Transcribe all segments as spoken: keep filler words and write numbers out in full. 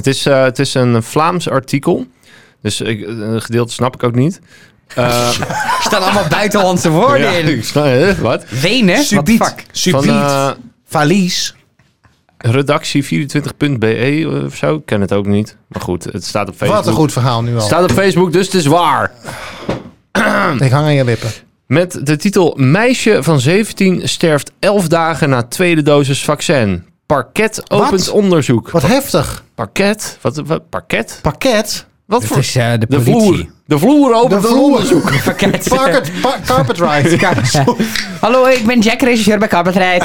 Het is, uh, het is een Vlaams artikel. Dus ik, een gedeelte snap ik ook niet. Uh, er staan allemaal buitenlandse woorden ja, in. Ik snap, hè? Wat? Wenen? Subiet. Wat fuck? Subiet. Van, uh, Valies. redactie vierentwintig punt b e of zo. Ik ken het ook niet. Maar goed, het staat op Facebook. Wat een goed verhaal nu al. Het staat op Facebook, dus het is waar. Ik hang aan je lippen. Met de titel Meisje van zeventien sterft elf dagen na tweede dosis vaccin. Parket opent Wat? onderzoek. Wat heftig. Parket? Wat, wat? Parket? Pakket. Wat Het voor... is uh, de de politie. vloer. De vloer opent De een vloer. onderzoek. Pakket. Parket, pa- carpet ride. Hallo, ik ben Jack, regisseur bij Carpetrijd.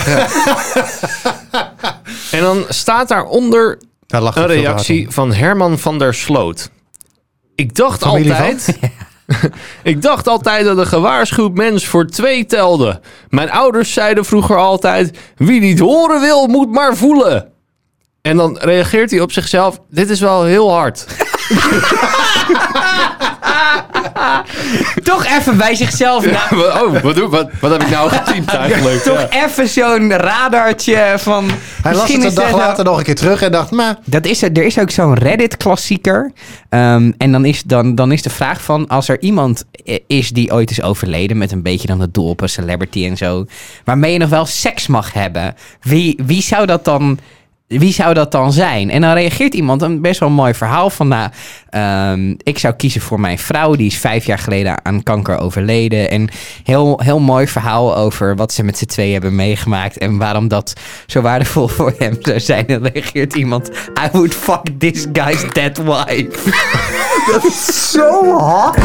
En dan staat daaronder Daar lacht een ik veel te reactie hard van Herman van der Sloot. Ik dacht Familie altijd... Ik dacht altijd dat een gewaarschuwd mens voor twee telde. Mijn ouders zeiden vroeger altijd... Wie niet horen wil, moet maar voelen. En dan reageert hij op zichzelf... Dit is wel heel hard. Toch even bij zichzelf. Ja, wat- oh, wat, doe- wat, wat heb ik nou getypt eigenlijk? Toch Ja. even zo'n radartje van... Hij las misschien het een is dag dit later nou- nog een keer terug en dacht... maar Dat is er, er is ook zo'n Reddit-klassieker. Um, en dan is, dan, dan is de vraag van... als er iemand is die ooit is overleden... met een beetje dan het doel op een celebrity en zo... waarmee je nog wel seks mag hebben... wie, wie zou dat dan... Wie zou dat dan zijn? En dan reageert iemand een best wel mooi verhaal van... Nou, um, ik zou kiezen voor mijn vrouw. Die is vijf jaar geleden aan kanker overleden. En heel, heel mooi verhaal over wat ze met z'n twee hebben meegemaakt... en waarom dat zo waardevol voor hem zou zijn. En dan reageert iemand... I would fuck this guy's dead wife. Dat is zo hard.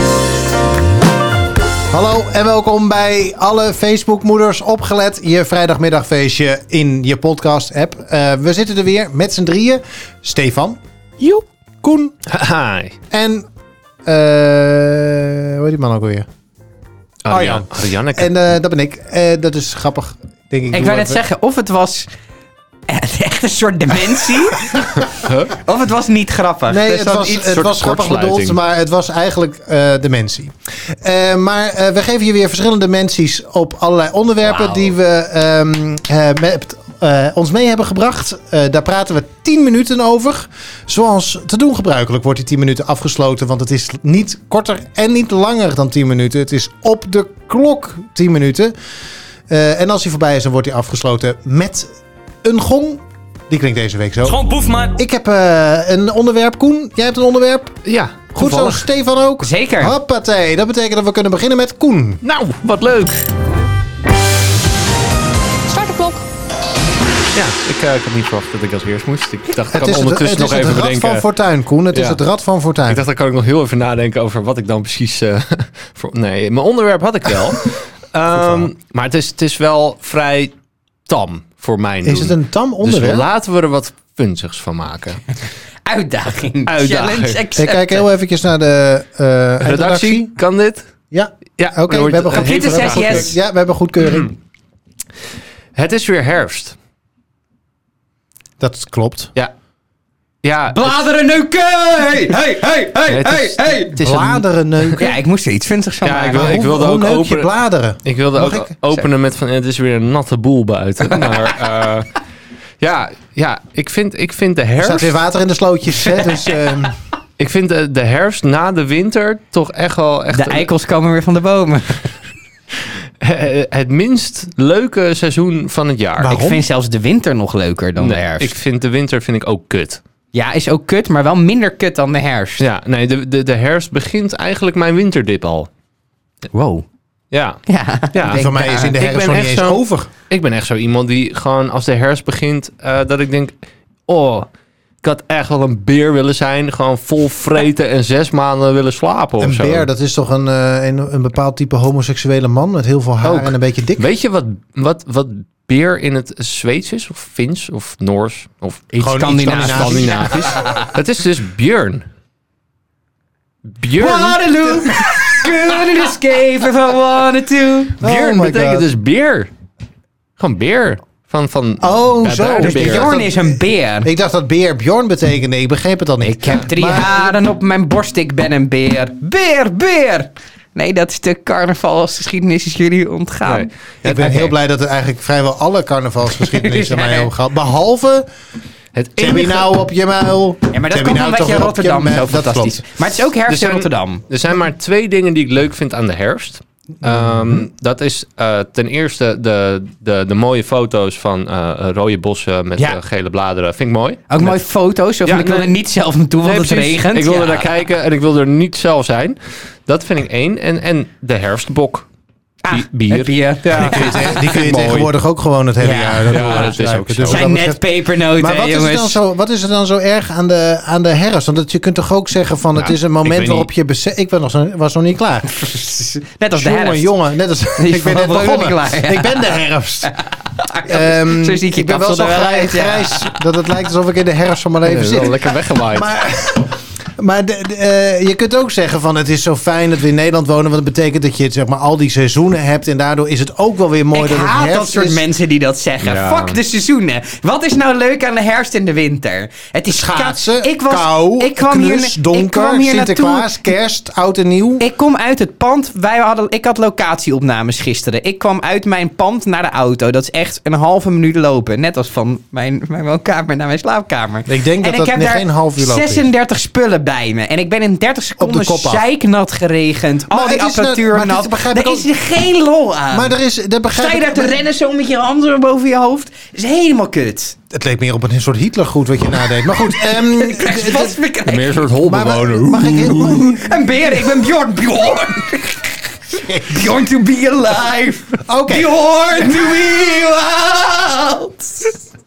hallo en welkom bij alle Facebook-moeders opgelet. Je vrijdagmiddagfeestje in je podcast-app. Uh, we zitten er weer met z'n drieën. Stefan. Joep. Koen. Hi. En... Uh, hoe heet die man ook weer? Arjan. Arjanneke. En uh, dat ben ik. Uh, dat is grappig, denk ik. Ik wou net zeggen, of het was... echt een soort dementie... Huh? of het was niet grappig. Nee, Dus het dan was, iets- het soort was grappig kortsluiting. bedoeld, maar het was eigenlijk uh, dementie. Uh, maar uh, we geven je weer verschillende menties op allerlei onderwerpen... Wauw. die we um, uh, met, uh, ons mee hebben gebracht. Uh, daar praten we tien minuten over. Zoals te doen gebruikelijk wordt die tien minuten afgesloten... want het is niet korter en niet langer dan tien minuten. Het is op de klok tien minuten. Uh, en als hij voorbij is, dan wordt hij afgesloten met een gong... Die klinkt deze week zo. Gewoon boef, man. Ik heb uh, een onderwerp. Koen, jij hebt een onderwerp? Ja, Goed zo, toevallig. Stefan ook? Zeker. Hoppatee, dat betekent dat we kunnen beginnen met Koen. Nou, wat leuk. Start de klok. Ja, ik, uh, ik had niet verwacht dat ik als eerst moest. Ik dacht, ik Het kan is het, ondertussen het, is nog het even rad bedenken. van Fortuin, Koen. Het is Ja. het rad van Fortuin. Ik dacht, dan kan ik nog heel even nadenken over wat ik dan precies... Uh, voor... Nee, mijn onderwerp had ik wel. um, maar het is, het is wel vrij tam voor mijn is het een tam onderwerp? Dus laten we er wat funzigs van maken. Uitdaging. Uitdaging. Challenge ik accepted. kijk heel eventjes naar de uh, redactie. Redactie, kan dit? Ja, Ja, oké. Okay, dan we hebben wordt- goed- Computer we hebben says goed- yes. Ja, we hebben goedkeuring. Het is weer herfst. Dat klopt. Ja. Ja, Bladeren neuken! Hey, hey, hey, hey, het is- hey, hey. het is een- Bladeren neuken. Ja, ik moest er iets vinzigs van Ja, maken. ik wil- Hoe- wilde hoe ook neuk je openen- bladeren? Ik wilde Mag ook ik? openen met van... Het is weer een natte boel buiten. Maar uh, ja, ja ik, vind, ik vind de Er herfst... staat weer water in de slootjes. Hè, dus, um, Ik vind de, de herfst na de winter toch echt wel... Echt De eikels komen weer van de bomen. een- het minst leuke seizoen van het jaar. Waarom? Ik vind zelfs de winter nog leuker dan Nee, de herfst. Ik vind de winter vind ik ook kut. Ja, is ook kut, maar wel minder kut dan de herfst. Ja, nee, de, de, de herfst begint eigenlijk mijn winterdip al. Wow. Ja, Ja. ja. Ik denk, voor mij is in de ik herfst ben nog niet echt eens zo- over. Ik ben echt zo iemand die gewoon als de herfst begint... Uh, dat ik denk, oh, ik had echt wel een beer willen zijn. Gewoon vol vreten en zes maanden willen slapen of Een zo. beer, dat is toch een, uh, een, een bepaald type homoseksuele man... met heel veel haar Ook. en een beetje dik? Weet je wat, wat, wat beer in het Zweeds is? Of Fins? Of Noors? Of Iets Gewoon Scandinavisch. Scandinavisch? Het is dus Björn. Björn, Waterloo, couldn't escape if I wanted to. Björn Oh my betekent God. dus beer. Gewoon beer. Van, van Oh, bij zo. buitenbeer. Dus Bjorn is een beer. Ik dacht dat beer Bjorn betekende. Ik begreep het al niet. Ik heb drie Maar- haren op mijn borst, ik ben een beer. Beer, beer! Nee, dat stuk carnavalsgeschiedenis is jullie ontgaan. Nee. Ik ben Oké. heel blij dat er eigenlijk vrijwel alle carnavalsgeschiedenissen aan mij hebben gehad. Behalve Het Heb je enige... nou op je muil? Ja, maar dat Heb komt nou omdat toch je op Rotterdam muil? zo Dat fantastisch. klopt. Maar het is ook herfst Er in zijn- Rotterdam. Er zijn maar twee dingen die ik leuk vind aan de herfst. Um, dat is uh, ten eerste de, de, de mooie foto's van uh, rode bossen met Ja. uh, gele bladeren. Vind ik mooi. Ook Met- mooie foto's. Zo van, Ja, ik wil nee. er niet zelf naartoe, want Nee, het precies. regent. Ik wil Ja. er naar kijken en ik wil er niet zelf zijn. Dat vind ik één. En, en de herfstbok. Ah, Bi- bier. het bier. Ja. Die kun je, die kun je Mooi. tegenwoordig ook gewoon het hele Ja. jaar. Ja, door dat is zuipen. ook zo. Dus wat zijn dat net betreft- pepernoten, Maar wat hè, is, er dan jongens. zo, wat is er dan zo erg aan de, aan de herfst? Want dat, je kunt toch ook zeggen van het Ja, is een ik moment weet waarop niet. je beseft... Ik ben nog zo, was nog niet klaar. Net als de Jongen, herfst. jongen, net als... Die ik ben net was ook nog niet begonnen. klaar, ja. Ik ben de herfst. Ehm, Zo zie ik je ik ben wel kapsel zo er wel grij- uit, ja. grijs dat het lijkt alsof ik in de herfst van mijn Ja, leven dat is zit. wel lekker weggewaaid. Maar, maar de, de, eh, je kunt ook zeggen van het is zo fijn dat we in Nederland wonen. Want dat betekent dat je zeg maar, al die seizoenen hebt. En daardoor is het ook wel weer mooi Ik dat het haat herfst dat soort is. mensen die dat zeggen. Ja. Fuck de seizoenen. Wat is nou leuk aan de herfst en de winter? Het is ka- Schaatsen, ik was, kou, ik kwam knus, hier, donker, ik kwam hier Sinterklaas, naartoe. kerst, oud en nieuw. Ik kom uit het pand. Wij hadden, ik had locatieopnames gisteren. Ik kwam uit mijn pand naar de auto. Dat is echt een halve minuut lopen. Net als van mijn, mijn woonkamer naar mijn slaapkamer. Ik denk dat en dat ik heb net daar geen half uur lopen is. zesendertig spullen bij me. En ik ben in dertig seconden kop af. zeiknat geregend. Al Maar die het is net- apparatuur maar dit nat. begrijp Er ik ook- is er geen lol aan. Maar er is, dat begrijp Sta je ik- daar te rennen zo met je handen boven je hoofd? Dat is helemaal kut. Het leek meer op een soort Hitlergroet wat je nadeed. Maar goed, ehm, Ik krijg vast weer- Meer een soort maar, holbewoner. mag ik heel... Een beer, ik ben Bjorn. Bjorn. Bjorn to be alive. Oké. Bjorn to be wild.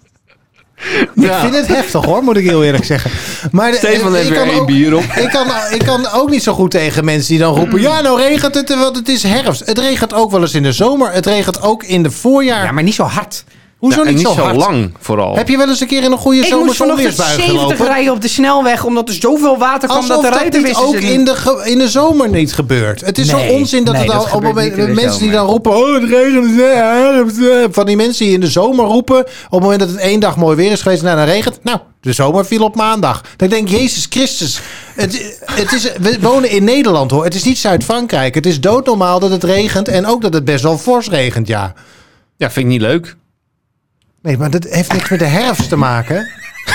Ik vind het heftig hoor, moet ik heel eerlijk zeggen. Maar de- Stefan heeft ik weer kan één ook- bier op. Ik kan, ik kan ook niet zo goed tegen mensen die dan roepen... Ja, nou regent het, want het is herfst. Het regent ook wel eens in de zomer. Het regent ook in de voorjaar. Ja, maar niet zo hard. Hoezo Ja, en niet, niet zo hard? lang, vooral. Heb je wel eens een keer in een goede Ik moest zomer vanochtend onweersbui zeventig gelopen? rijden op de snelweg, omdat er zoveel water kwam Alsof dat de dat niet ruitenwissers... ook in de, ge- in de zomer niet gebeurt. Het is Nee, zo onzin dat nee, het dat al op gebeurt moment, niet in de mensen die zomer. dan roepen, oh het regent, eh, herfst, eh. Van die mensen die in de zomer roepen, op het moment dat het één dag mooi weer is geweest, nou dan regent, nou de zomer viel op maandag. Dan denk ik, Jezus Christus, het, het is, we wonen in Nederland hoor, het is niet Zuid-Frankrijk. Het is doodnormaal dat het regent en ook dat het best wel fors regent, ja. Ja, vind ik niet leuk. Nee, maar dat heeft niks met de herfst te maken.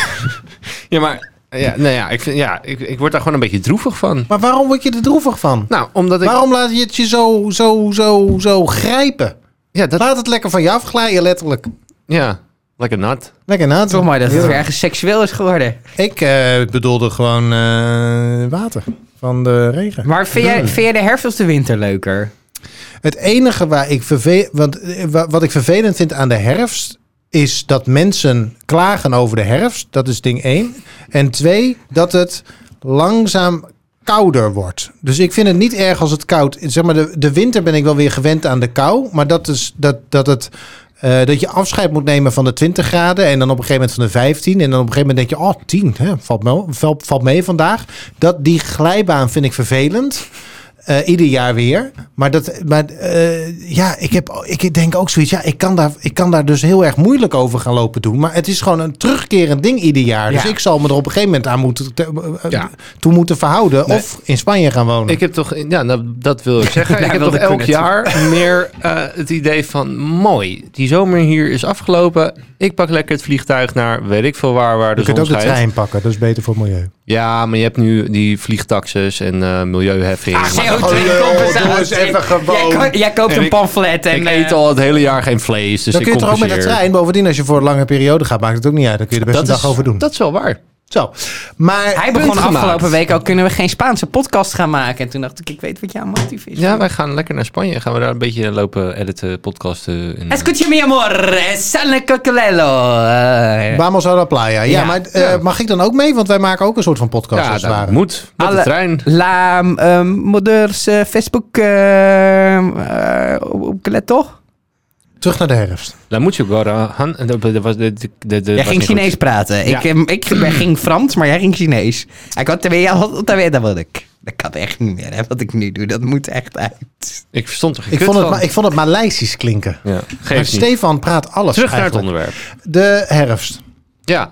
Ja, maar ja, nou ja, ik, vind, ja ik, ik word daar gewoon een beetje droevig van. Maar waarom word je er droevig van? Nou, omdat ik... Waarom laat je het je zo, zo, zo, zo grijpen? Ja, dat, Laat het lekker van je afglijden, letterlijk. ja, lekker nat. Lekker na. Toch maar dat het weer ergens seksueel is geworden. Ik eh, bedoelde gewoon eh, water van de regen. Maar vind jij, vind jij de herfst of de winter leuker? Het enige waar ik verve- want, eh, wa- wat ik vervelend vind aan de herfst... is dat mensen klagen over de herfst. Dat is ding één. En twee, dat het langzaam kouder wordt. Dus ik vind het niet erg als het koud... Zeg maar, de, de winter ben ik wel weer gewend aan de kou. Maar dat, is, dat, dat, het, eh, dat je afscheid moet nemen van de twintig graden... en dan op een gegeven moment van de vijftien... en dan op een gegeven moment denk je... oh, tien, hè, valt, me, valt, valt mee vandaag. Dat, die glijbaan vind ik vervelend... Uh, ieder jaar weer. Maar, dat, maar uh, ja, ik, heb, ik denk ook zoiets. Ja, ik kan, daar, ik kan daar dus heel erg moeilijk over gaan lopen doen. Maar het is gewoon een terugkerend ding ieder jaar. Dus Ja. ik zal me er op een gegeven moment aan moeten, te, uh, Ja. toe moeten verhouden. Nee. Of in Spanje gaan wonen. Ik heb toch, ja, nou, dat wil ik zeggen. Daar ik heb wilde toch ik elk naartoe. jaar meer uh, het idee van mooi. Die zomer hier is afgelopen. Ik pak lekker het vliegtuig naar weet ik veel waar, waar de je kunt zon ook de schijnt. trein pakken. Dat is beter voor het milieu. Ja, maar je hebt nu die vliegtaxes en uh, milieuheffing. Ah, Maar- C O Oh, twee lul, compensatie. doe eens even gewoon. Jij, ko- jij koopt En een ik- pamflet en... ik eh, eet al het hele jaar geen vlees, dus Dan ik kun je toch ook met de compenseer. trein. Bovendien, als je voor een lange periode gaat, maakt het ook niet uit. Dan kun je er best Dat een is, dag over doen. dat is wel waar. Zo. Maar Hij Punt begon gemaakt. afgelopen week al, kunnen we geen Spaanse podcast gaan maken? En toen dacht ik, ik weet wat jouw motief is. Ja, wij gaan lekker naar Spanje. Gaan we daar een beetje lopen editen, podcasten. En... Escuche mi amor, sale cocolelo. Uh, Vamos a la playa. Ja, Ja. maar uh, Ja. mag ik dan ook mee? Want wij maken ook een soort van podcast Ja, als het dat ware. moet. Met Alle- de trein. La um, moders uh, Facebook uh, uh, op Colet, toch? Terug naar de herfst. La mucho gorahan. En dat was de, de, de, de Jij was ging niet goed. Chinees praten. Ja. Ik, um, ik ging Frans, maar jij ging Chinees. Ik had er weer, dat wil ik. Dat kan echt niet meer, hè, wat ik nu doe. Dat moet echt uit. Ik verstond er geen Ik kut vond, het, van. ma- ik vond het Maleisisch klinken. Ja, Maar geef niet. Stefan praat alles Terug naar het eigenlijk. onderwerp. De herfst. Ja.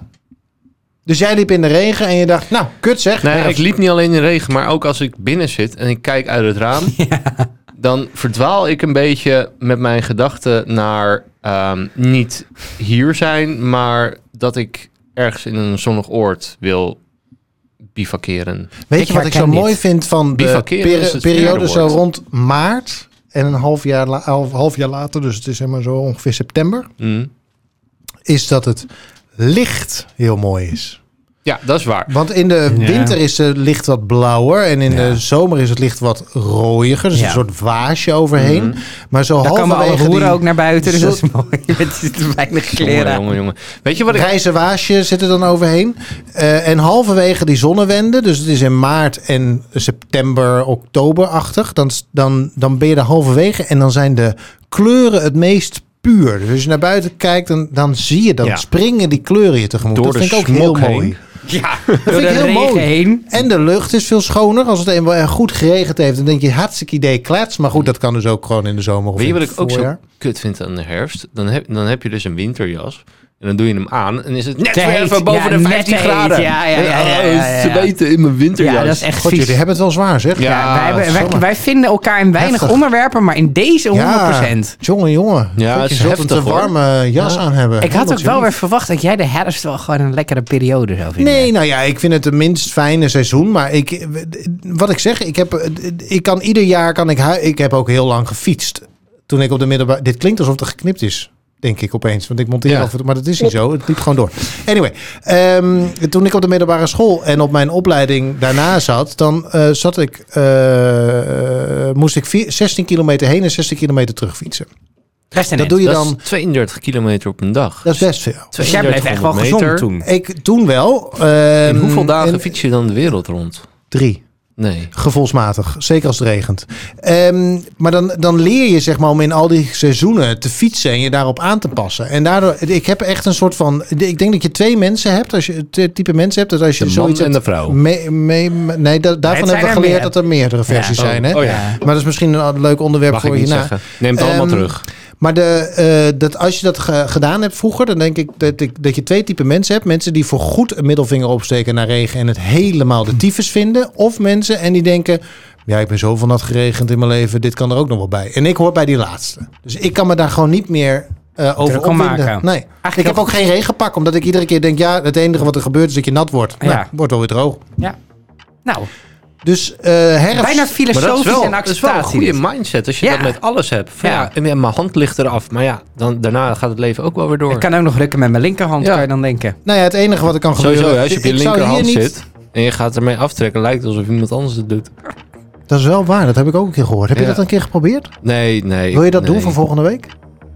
Dus jij liep in de regen en je dacht, nou, kut zeg. Nee, herfst. ik liep niet alleen in de regen, maar ook als ik binnen zit en ik kijk uit het raam, dan verdwaal ik een beetje met mijn gedachten naar um, niet hier zijn, maar dat ik ergens in een zonnig oord wil bivakeren. Weet Ik je wat ik zo herken mooi dit. vind van de Bivakeren peri- is het periode zo verkeerde woord. rond maart en een half jaar, la- half, half jaar later, dus het is zeg maar zo ongeveer september, Mm. is dat het licht heel mooi is. Ja, dat is waar. Want in de Ja. winter is het licht wat blauwer en in Ja. de zomer is het licht wat rooiger. Dus Ja. een soort waasje overheen. Mhm. Maar zo Dan komen alle halverwege hoeren die ook naar buiten, dus zo- dat is mooi. Met te weinig Jongen, kleren. jongen, jongen. Weet je wat ik... grijze waasje zit er dan overheen. Uh, en halverwege die zonnewende, dus het is in maart en september, oktoberachtig. Dan, dan, dan ben je er halverwege en dan zijn de kleuren het meest puur. Dus als je naar buiten kijkt, dan, dan zie je, dan Ja. springen die kleuren je tegemoet. Door dat de vind ik ook heel smok heen. mooi. Ja, vind door ik de heel regen mooi. heen. En de lucht is veel schoner. Als het eenmaal erg goed geregend heeft, dan denk je hartstikke idee klets. Maar goed, dat kan dus ook gewoon in de zomer of Weet je in wat het ik ook zo voorjaar. kut vind aan de herfst? Dan heb, dan heb je dus een winterjas. En dan doe je hem aan. En is het net Te weer heet. even boven Ja, de net vijftien te heet. graden. Ja, ja, ja, ja, ja, Oh, ja, ja. Ze weten in mijn winterjas. Ja, dat is echt God, vies. jullie hebben het wel zwaar, zeg. Ja. Ja, wij, hebben, wij, zomaar. wij vinden elkaar in weinig Heftig. onderwerpen, maar in deze honderd procent. Jongen, jongen. Ja, God, het je is zult heftig, een te hoor. warme jas Ja. aan hebben. Ik had ook Hemels wel lief. weer verwacht dat jij de herfst wel gewoon een lekkere periode zou vinden. Nee, nou ja, ik vind het de minst fijne seizoen. Maar ik, wat ik zeg, ik, heb, ik kan ieder jaar, kan ik, hu- ik heb ook heel lang gefietst. Toen ik op de middelbare, dit klinkt alsof het geknipt is. Denk ik opeens, want ik monteer Ja. af en toe, maar dat is niet zo. Het liep gewoon door. Anyway, ehm, toen ik op de middelbare school en op mijn opleiding daarna zat, dan eh, zat ik, eh, moest ik vier, zestien kilometer heen en zestien kilometer terug fietsen. Best een Dat end. doe je Dat dan, is tweeëndertig kilometer op een dag. dat is best veel. Dus jij bleef echt wel tweeëndertighonderd gezond meter. toen. Ik toen wel. In ehm, hoeveel dagen en- fiets je dan de wereld rond? Drie. Nee. Gevoelsmatig, zeker als het regent. Ehm, maar dan, dan leer je zeg maar om in al die seizoenen te fietsen en je daarop aan te passen. En daardoor, ik heb echt een soort van, ik denk dat je twee mensen hebt, als je het type mensen hebt, dat als je De man zoiets en hebt, de vrouw. mee, mee, nee, da- daarvan zijn hebben we er geleerd meer. dat er meerdere versies Ja. zijn. Hè? Oh ja. Ja. Maar dat is misschien een leuk onderwerp Mag ik voor niet je na. zeggen. Neem het allemaal Ehm, terug. Maar de, eh, dat als je dat ge- gedaan hebt vroeger, dan denk ik dat, ik dat je twee type mensen hebt. Mensen die voor goed een middelvinger opsteken naar regen en het helemaal de tyfus vinden. Of mensen en die denken, ja, ik ben zoveel nat geregend in mijn leven, dit kan er ook nog wel bij. En ik hoor bij die laatste. Dus ik kan me daar gewoon niet meer uh, over Druk om opwinden. maken. Nee. Ik heel heb ook geen regenpak, omdat ik iedere keer denk, ja, het enige wat er gebeurt is dat je nat wordt. Ja. Nou, wordt wel weer droog. Ja. Nou, Dus uh, herfst. bijna Maar dat is filosofisch wel, en dat is wel een acceptatie. goede dit. mindset als je Ja. dat met alles hebt. Van, Ja. ja. en mijn hand ligt eraf. Maar ja, dan, daarna gaat het leven ook wel weer door. Ik kan ook nog lukken met mijn linkerhand, Ja. kan je dan denken. Nou ja, het enige wat er kan gebeuren. Sowieso, als je op je ik zou hier linkerhand niet- zit en je gaat ermee aftrekken, lijkt het alsof iemand anders het doet. Dat is wel waar, dat heb ik ook een keer gehoord. Heb je Ja. dat een keer geprobeerd? Nee, nee. Wil je dat nee. doen voor volgende week?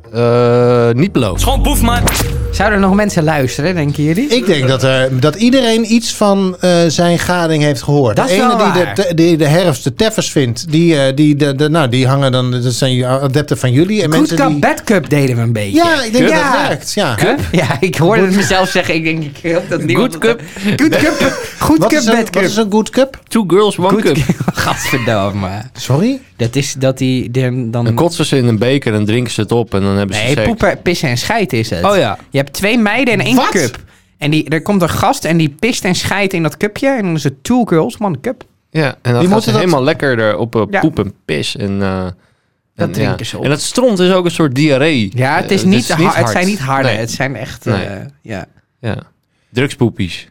Eh, niet beloofd. Zouden er nog mensen luisteren, denken jullie? Ik denk dat, er, dat iedereen iets van eh, zijn gading heeft gehoord. Dat is de ene wel die waar. de, die de herfst de teffers vindt, die, eh, die, de, de, nou, die hangen dan, dat zijn adepten van jullie. En Good mensen Cup, die... Bad Cup deden we een beetje. Ja, ik denk dat Ja. dat werkt. Ja. Cup? Ja, ik hoorde het mezelf zeggen. Ik denk, ik hoop dat niemand... Good Cup. Good Cup. Goed Wat, Cup, is een, Bad wat Cup. is een good cup? Two girls, one Good cup. Gadverdamme. Sorry? Dat is dat die de- dan... Dan kotsen ze in een beker en drinken ze het op en dan hebben ze Nee, seks. poepen, pissen en scheiden is het. Oh ja. Je hebt twee meiden en één Wat? cup. En die, er komt een gast en die pist en scheidt in dat cupje. En dan is het two girls, one cup. Ja, en dan Wie gaan moeten ze dat- helemaal lekker erop uh, Ja. poep en pis. En, eh, Dat en, drinken ja. ze op. En dat stront is ook een soort diarree. Ja, het, is Eh, niet, ha- het hard. zijn niet harde. Nee. Het zijn echt... Nee. eh, ja. Ja. Drugspoepies.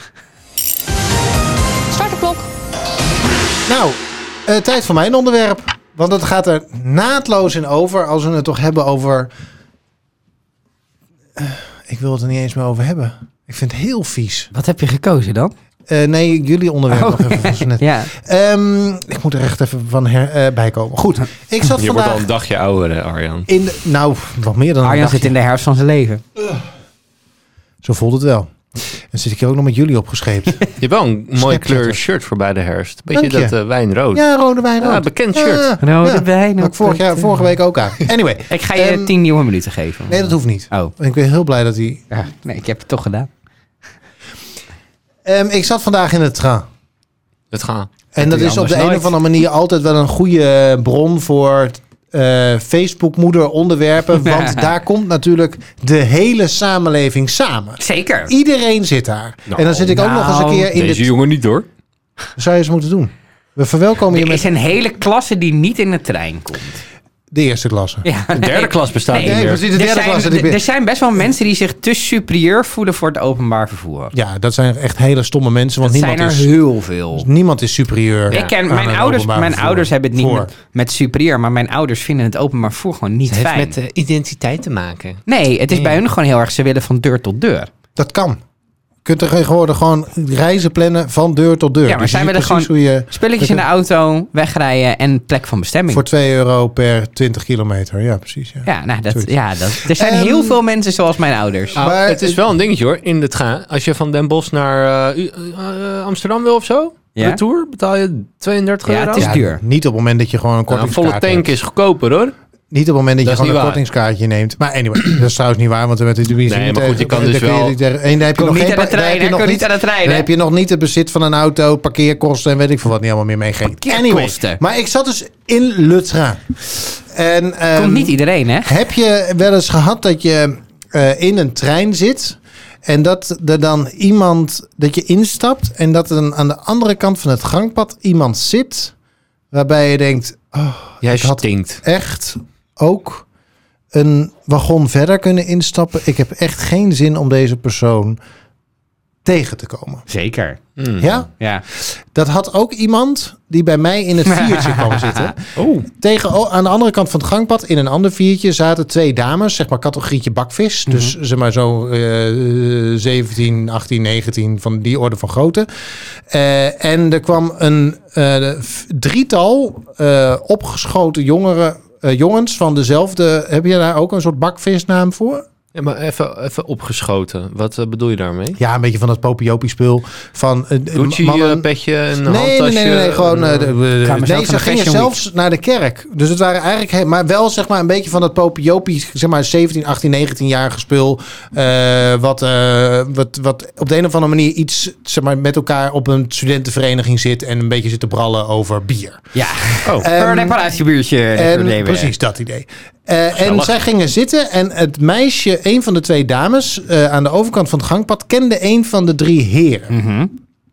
Start de klok. Nou, eh, tijd voor mijn onderwerp. Want het gaat er naadloos in over als we het toch hebben over... Eh, ik wil het er niet eens meer over hebben. Ik vind het heel vies. Wat heb je gekozen dan? Eh, nee, jullie onderwerp Oh. nog even van zo net. Ja. Ehm, ik moet er echt even van her, eh, bij komen. Goed, ik zat Je wordt vandaag al een dagje ouder, hè, Arjan. in... De, nou, wat meer dan een Arjan dagje. zit in de herfst van zijn leven. Zo voelt het wel. En zit ik hier ook nog met jullie opgescheept. Je hebt wel een mooie Snapchatter. kleur shirt voor bij de herfst. Beetje Dank je. dat uh, wijnrood. Ja, rode wijn Ja, rood. bekend shirt. Ja, Rode ja. wijn Had op ik vorig jaar, het, vorige week ook aan. Anyway. Ik ga je Ehm, tien nieuwe minuten geven. Nee, dat hoeft niet. Oh. Ik ben heel blij dat hij... Ja, nee, ik heb het toch gedaan. Ehm, ik zat vandaag in het train. Het gaat. En dat doe je is op de anders een nooit. of andere manier altijd wel een goede bron voor eh Facebook-moeder onderwerpen. Ja. Want daar komt natuurlijk de hele samenleving samen. Zeker. Iedereen zit daar. Nou, en dan zit ik ook nog eens een nou, keer in Deze de... jongen niet hoor. Zou je eens moeten doen. We verwelkomen je Er met... is een hele klasse die niet in de trein komt. de eerste klasse. Ja, De derde klas bestaat Nee, niet Nee, meer. precies, de Er derde zijn, klasse. die- er zijn best wel mensen die zich te superieur voelen voor het openbaar vervoer. Ja, dat zijn echt hele stomme mensen, want Dat zijn niemand er is, heel veel. niemand is superieur. Ik ken aan mijn een ouders, openbaar mijn vervoer. ouders hebben het niet Voor. met, met superieur, maar mijn ouders vinden het openbaar vervoer gewoon niet Het heeft fijn. met uh, identiteit te maken. Nee, het is bij hun gewoon heel erg, ze willen van deur tot deur. Dat kan. Je kunt er tegenwoordig gewoon reizen plannen van deur tot deur. Ja, maar Dus je zij ziet willen precies hoe je Spulletjes in de auto, wegrijden en plek van bestemming. voor twee euro per twintig kilometer. Ja, precies. Ja. Ja, nou, dat, Zoiets. ja dat, er zijn Ehm, heel veel mensen zoals mijn ouders. Nou, Maar het is het- wel een dingetje hoor, in het gaan. Als je van Den Bosch naar uh, uh, uh, Amsterdam wil of zo, Ja? retour, betaal je tweeëndertig Ja, euro. het is Ja, duur. Niet op het moment dat je gewoon een Nou, een kortingskaart volle tank hebt. is goedkoper hoor. Niet op het moment dat, Dat je is gewoon een niet waar. kortingskaartje neemt. Maar anyway, dat is trouwens niet waar. Want er werd natuurlijk Nee, maar goed, je kan dan dus kun wel- niet tegen- en dan heb je Kom nog niet geen aan de pa- dan trein, heb je hè? nog Kom niet niet aan de trein, Dan hè? heb je nog niet het bezit van een auto, parkeerkosten en weet ik veel wat niet allemaal meer meegeeft. Anyway, Parkeerkosten. maar ik zat dus in Le Train. En, ehm, Komt niet iedereen, hè? Heb je wel eens gehad dat je eh, in een trein zit en dat er dan iemand, dat je instapt en dat er dan aan de andere kant van het gangpad iemand zit waarbij je denkt, oh, Jij ik had stinkt. echt ook een wagon verder kunnen instappen. Ik heb echt geen zin om deze persoon tegen te komen. Zeker. Mm. Ja, Ja. dat had ook iemand die bij mij in het viertje kwam zitten. Oh, Tegen, oh, aan de andere kant van het gangpad, in een ander viertje, zaten twee dames, zeg maar categorietje bakvis. Dus zeg maar zo eh, zeventien, achttien, negentien van die orde van grootte. Eh, en er kwam een eh, f- drietal eh, opgeschoten jongeren, eh, jongens van dezelfde. Heb je daar ook een soort bakvisnaam voor? ja, maar even, even opgeschoten. Wat uh, bedoel je daarmee? Ja, een beetje van dat popiopie-spul. Van uh, Gucci mannen- uh, petje, een Nee, nee, handtasje. nee, nee, nee, gewoon. een, eh, de- uh, de- Kwamen nee, zelf ze van de gingen Fashion zelfs naar de kerk. Dus het waren eigenlijk, he- maar wel zeg maar een beetje van dat popiopie, zeg maar zeventien, achttien, negentien-jarige spul. eh, wat, eh, wat, wat op de een of andere manier iets zeg maar, met elkaar op een studentenvereniging zit en een beetje zit te brallen over bier. Ja. Oh. Voor Ehm, een reparatiebuurtje. En, precies, dat idee. Eh, en Gezellig. zij gingen zitten en het meisje, een van de twee dames, eh, aan de overkant van het gangpad, kende een van de drie heren. Mhm.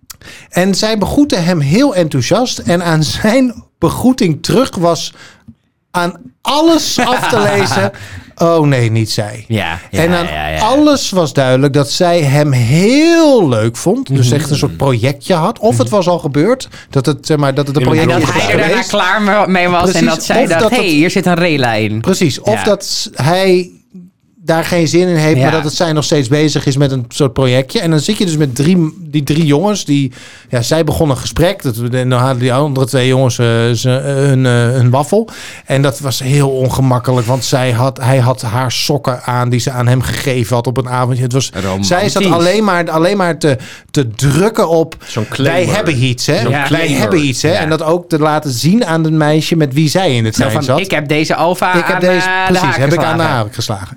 En zij begroette hem heel enthousiast. En aan zijn begroeting terug was aan alles af te lezen. Oh nee, niet zij. Ja, ja, en aan ja, ja. alles was duidelijk dat zij hem heel leuk vond. Dus echt een soort projectje had. Of het was al gebeurd. Dat het, zeg maar, dat het een In een En projectje dat is hij er daarna geweest. klaar mee was Precies, en dat zij of dacht, dat hé, het- hey, hier zit een reelijn. Precies. Of Ja. dat hij daar geen zin in heeft, Ja. maar dat het zij nog steeds bezig is met een soort projectje. En dan zit je dus met drie, die drie jongens die, ja, zij begonnen een gesprek. Dat, en dan hadden die andere twee jongens uh, ze, uh, hun, uh, hun waffel. En dat was heel ongemakkelijk, want zij had, hij had haar sokken aan die ze aan hem gegeven had op een avondje. Het was, Romantisch. zij zat alleen maar, alleen maar te, te drukken op, Zo'n wij claimer. hebben iets, hè? Zo'n Wij claimer. hebben iets, hè? Ja. En dat ook te laten zien aan het meisje met wie zij in het Zo trein van, zat. ik heb deze alfa Ik heb aan deze, eh, de precies, haak heb ik aan de geslagen. haak geslagen.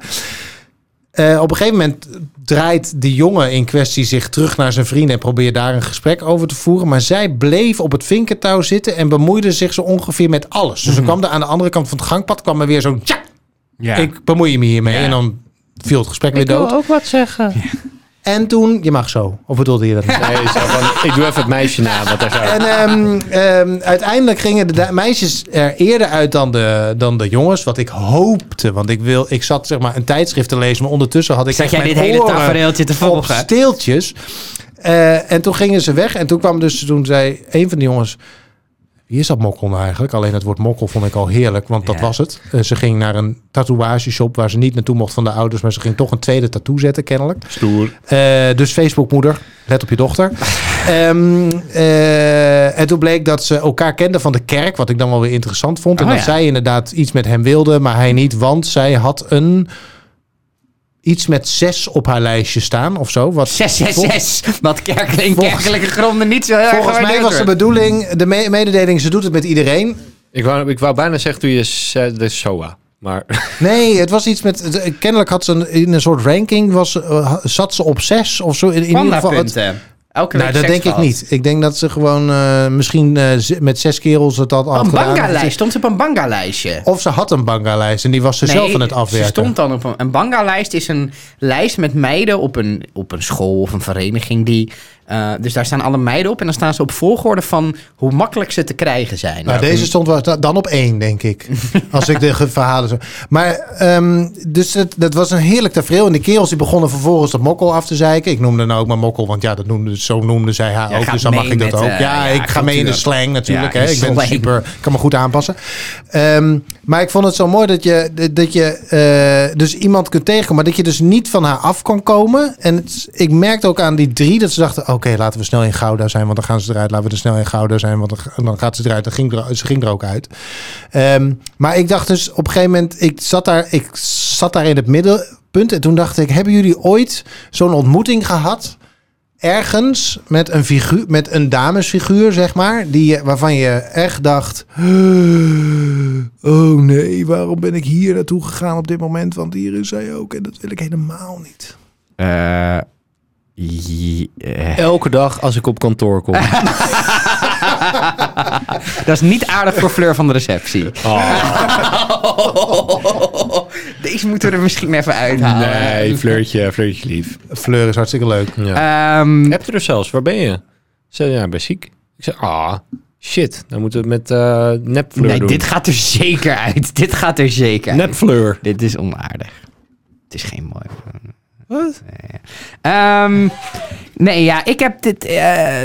Uh, op een gegeven moment draait die jongen in kwestie zich terug naar zijn vrienden en probeert daar een gesprek over te voeren. Maar zij bleef op het vinkentouw zitten en bemoeide zich zo ongeveer met alles. Dus er kwam er aan de andere kant van het gangpad kwam er weer zo'n tja, Ja. ik bemoei me hiermee. Ja. En dan viel het gesprek weer dood. ook wat zeggen. En toen, je mag zo. Of bedoelde je dat niet? Nee, zo van, ik doe even het meisje na. Wat er zo. En ehm, ehm, uiteindelijk gingen de da- meisjes er eerder uit dan de, dan de jongens. Wat ik hoopte. Want ik, wil, ik zat zeg maar een tijdschrift te lezen. Maar ondertussen had ik Zat echt jij mijn dit hele oren tafereeltje te op volgen? steeltjes. Uh, en toen gingen ze weg. En toen kwam dus, toen zei een van de jongens... Wie is dat mokkel nou eigenlijk? Alleen het woord mokkel vond ik al heerlijk, want dat Ja. was het. Uh, ze ging naar een tatoeageshop waar ze niet naartoe mocht van de ouders, maar ze ging toch een tweede tattoo zetten, kennelijk. Stoer. Uh, dus Facebookmoeder, let op je dochter. um, uh, en toen bleek dat ze elkaar kenden van de kerk, wat ik dan wel weer interessant vond. En Oh, dat ja. zij inderdaad iets met hem wilde, maar hij niet, want zij had een... iets met zes op haar lijstje staan of zo. Wat zes zes zes. Wat kerkelijk, in Volgens- kerkelijke gronden niet zo heel erg Volgens mij gewaardeerd was de wordt. bedoeling, de me- mededeling, ze doet het met iedereen. Ik wou, ik wou bijna zeggen toen je zei de S O A. Maar Nee, het was iets met... het- Kennelijk had ze een, in een soort ranking, was, uh, zat ze op zes of zo. In, in ieder geval... het- Pandapunten. Elke nou, week dat seks denk ik gehad. niet. Ik denk dat ze gewoon uh, misschien uh, z- met zes kerels het had Een afgedaan. banga-lijst. Stond ze op een banga-lijstje? Of ze had een banga-lijst en die was ze zelf aan het afwerken. ze stond dan op een... Een banga-lijst is een lijst met meiden op een, op een school of een vereniging die Uh, dus daar staan alle meiden op. En dan staan ze op volgorde van hoe makkelijk ze te krijgen zijn. Nou, Ja. deze stond wel dan op één, denk ik. Als ik de ge- verhalen zo... Maar, um, dus het, dat was een heerlijk tafereel. En de kerels die begonnen vervolgens dat mokkel af te zeiken. Ik noemde nou ook maar mokkel, want ja, dat noemde, zo noemde zij haar Ja, ook. gaat Dus dan mag mee ik dat met, ook. uh, ja, ja, ik ga mee in de cultuur. slang natuurlijk. Ja, hè. in Ik ben slang. super... Ik kan me goed aanpassen. Um, maar ik vond het zo mooi dat je... Dat je uh, dus iemand kunt tegenkomen, maar dat je dus niet van haar af kan komen. En het, ik merkte ook aan die drie dat ze dachten... Oké, okay, laten we snel in Gouda zijn, want dan gaan ze eruit. Laten we er snel in Gouda zijn, want dan, dan gaat ze eruit. Dan ging er, ze ging er ook uit. Um, maar ik dacht dus op een gegeven moment... Ik zat daar, ik zat daar in het middenpunt en toen dacht ik... Hebben jullie ooit zo'n ontmoeting gehad... ergens met een figuur, met een damesfiguur, zeg maar... Die, waarvan je echt dacht... Oh nee, waarom ben ik hier naartoe gegaan op dit moment? Want hier is zij ook en dat wil ik helemaal niet. Uh, je, uh. Elke dag als ik op kantoor kom. Dat is niet aardig voor Fleur van de receptie. Oh. Deze moeten we er misschien even uithalen. Nee, Fleurtje, Fleurtje lief. Fleur is hartstikke leuk. Ja. Um, Heb je er zelfs, waar ben je? Zei ja, ben ziek. Ik zei, ah, shit. Dan moeten we het met uh, nepfleur nee, doen. dit gaat er zeker uit. Dit gaat er zeker uit. Nepfleur. Dit is onaardig. Het is geen mooi... Wat? Nee. Um, nee, ja, ik heb dit... Uh,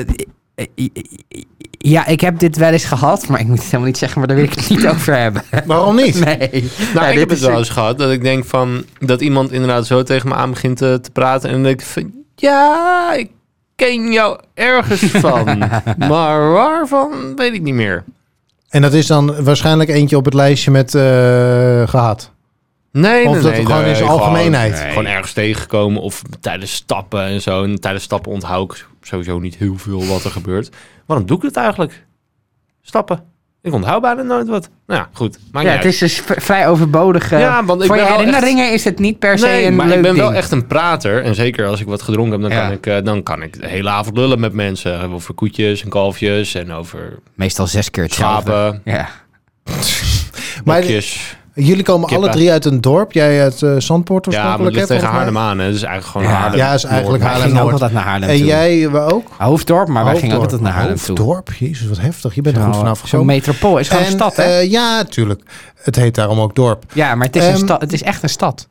ja, ik heb dit wel eens gehad, maar ik moet het helemaal niet zeggen, maar daar wil ik het niet over hebben. Waarom niet? Nee. Nou, ja, ik dit heb het is wel eens gehad, dat ik denk van... dat iemand inderdaad zo tegen me aan begint te, te praten... en dan denk ik van... ja, ik ken jou ergens van. Maar waarvan, weet ik niet meer. En dat is dan waarschijnlijk eentje op het lijstje met uh, gehad. Nee, Of nee, dat nee, gewoon nee, in zijn gewoon- algemeenheid. nee. Gewoon ergens tegengekomen of tijdens stappen en zo. En tijdens stappen onthoud ik sowieso niet heel veel wat er gebeurt. Waarom doe ik het eigenlijk? Stappen. Ik onthoud bijna nooit wat. Nou ja, goed. Maakt Ja, niet het uit. is dus v- vrij overbodig. Uh, Ja, want ik voor je ben wel herinneringen echt- is het niet per se Nee, een maar leuk ik ben ding. wel echt een prater. En zeker als ik wat gedronken heb, dan, Ja. kan, ik, uh, dan kan ik de hele avond lullen met mensen. Over koetjes en kalfjes en over Meestal zes keer hetzelfde. schapen, Ja. Maar bokjes. jullie komen Kippen. alle drie uit een dorp. Jij uit uh, Zandpoort Ja, maar het oorspronkelijk. ligt hè, tegen volgens mij? Haarlem aan. Hè. Het is eigenlijk gewoon Ja. Haarlem. Ja, is eigenlijk Noord. Wij Haarlem gingen ook Noord. altijd naar Haarlem En toe. jij we ook? Hoofddorp, maar wij gingen ook Hoofddorp. altijd naar Haarlem toe. Hoofddorp, jezus, wat heftig. Je bent er Zo, goed vanaf Zo'n gekomen. metropool is gewoon een stad, hè? Uh, ja, tuurlijk. Het heet daarom ook dorp. ja, maar het is, um, een sta- het is echt een stad.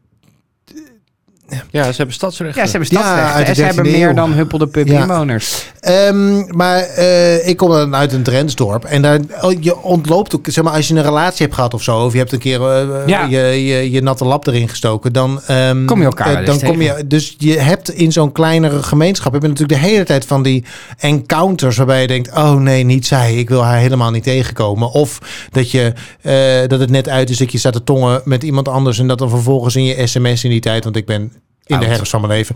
Ja, ze hebben stadsrechten. Ja, ze hebben Ja, stadsrechten. uit de en ze hebben dertiende meer eeuw. dan Huppel de Pub Ja. inwoners. Um, maar uh, ik kom dan uit een Drentsdorp. En daar, oh, je ontloopt ook, zeg maar, als je een relatie hebt gehad of zo. Of je hebt een keer uh, Ja. je, je, je natte lap erin gestoken. Dan um, Kom je elkaar uh, wel dan eens kom je, Dus je hebt in zo'n kleinere gemeenschap. Heb je natuurlijk de hele tijd van die encounters. Waarbij je denkt, oh nee, niet zij. Ik wil haar helemaal niet tegenkomen. Of dat, je, uh, dat het net uit is dat je staat te tongen met iemand anders. En dat dan vervolgens in je sms in die tijd. Want ik ben... in Oud. de herfst van mijn leven.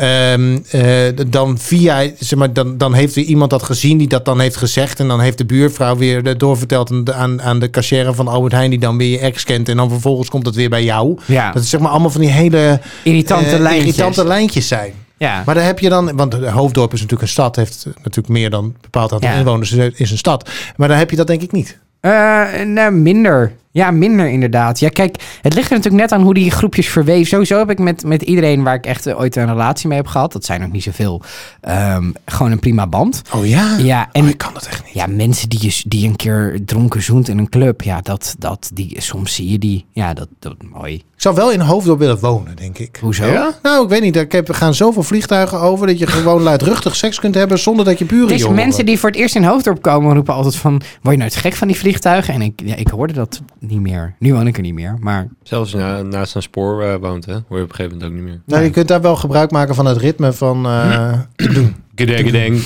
Um, uh, dan via, zeg maar, dan, dan heeft er iemand dat gezien die dat dan heeft gezegd. En dan heeft de buurvrouw weer doorverteld aan de, aan, aan de cashier van Albert Heijn die dan weer je ex kent. En dan vervolgens komt het weer bij jou. Ja. Dat is zeg maar allemaal van die hele Irritante uh, lijntjes. irritante lijntjes zijn. Ja. Maar daar heb je dan, want de Hoofddorp is natuurlijk een stad, heeft natuurlijk meer dan een bepaald aantal Ja. inwoners, is een stad. Maar daar heb je dat denk ik niet. Uh, nou, minder. Ja, minder inderdaad. Ja, kijk, het ligt er natuurlijk net aan hoe die groepjes verweven. Sowieso heb ik met, met iedereen waar ik echt uh, ooit een relatie mee heb gehad, dat zijn ook niet zoveel, um, gewoon een prima band. Oh ja? Ja, en oh, ik kan dat echt niet. ja, mensen die, je, die een keer dronken zoent in een club, ja, dat, dat, die, soms zie je die. Ja, dat, dat mooi. Ik zou wel in Hoofddorp willen wonen, denk ik. Hoezo? Ja? Nou, ik weet niet. Ik heb, er gaan zoveel vliegtuigen over dat je gewoon luidruchtig seks kunt hebben zonder dat je buren Dus je horen. mensen die voor het eerst in Hoofddorp komen roepen altijd van, word je nou het gek van die vliegtuigen? En ik, ja, ik hoorde dat niet meer. Nu woon ik er niet meer, maar... Zelfs na, naast een spoor uh, woont, hè? Hoor je op een gegeven moment ook niet meer. Nou, je kunt daar wel gebruik maken van het ritme van... Uh, Gedeng, gedeng,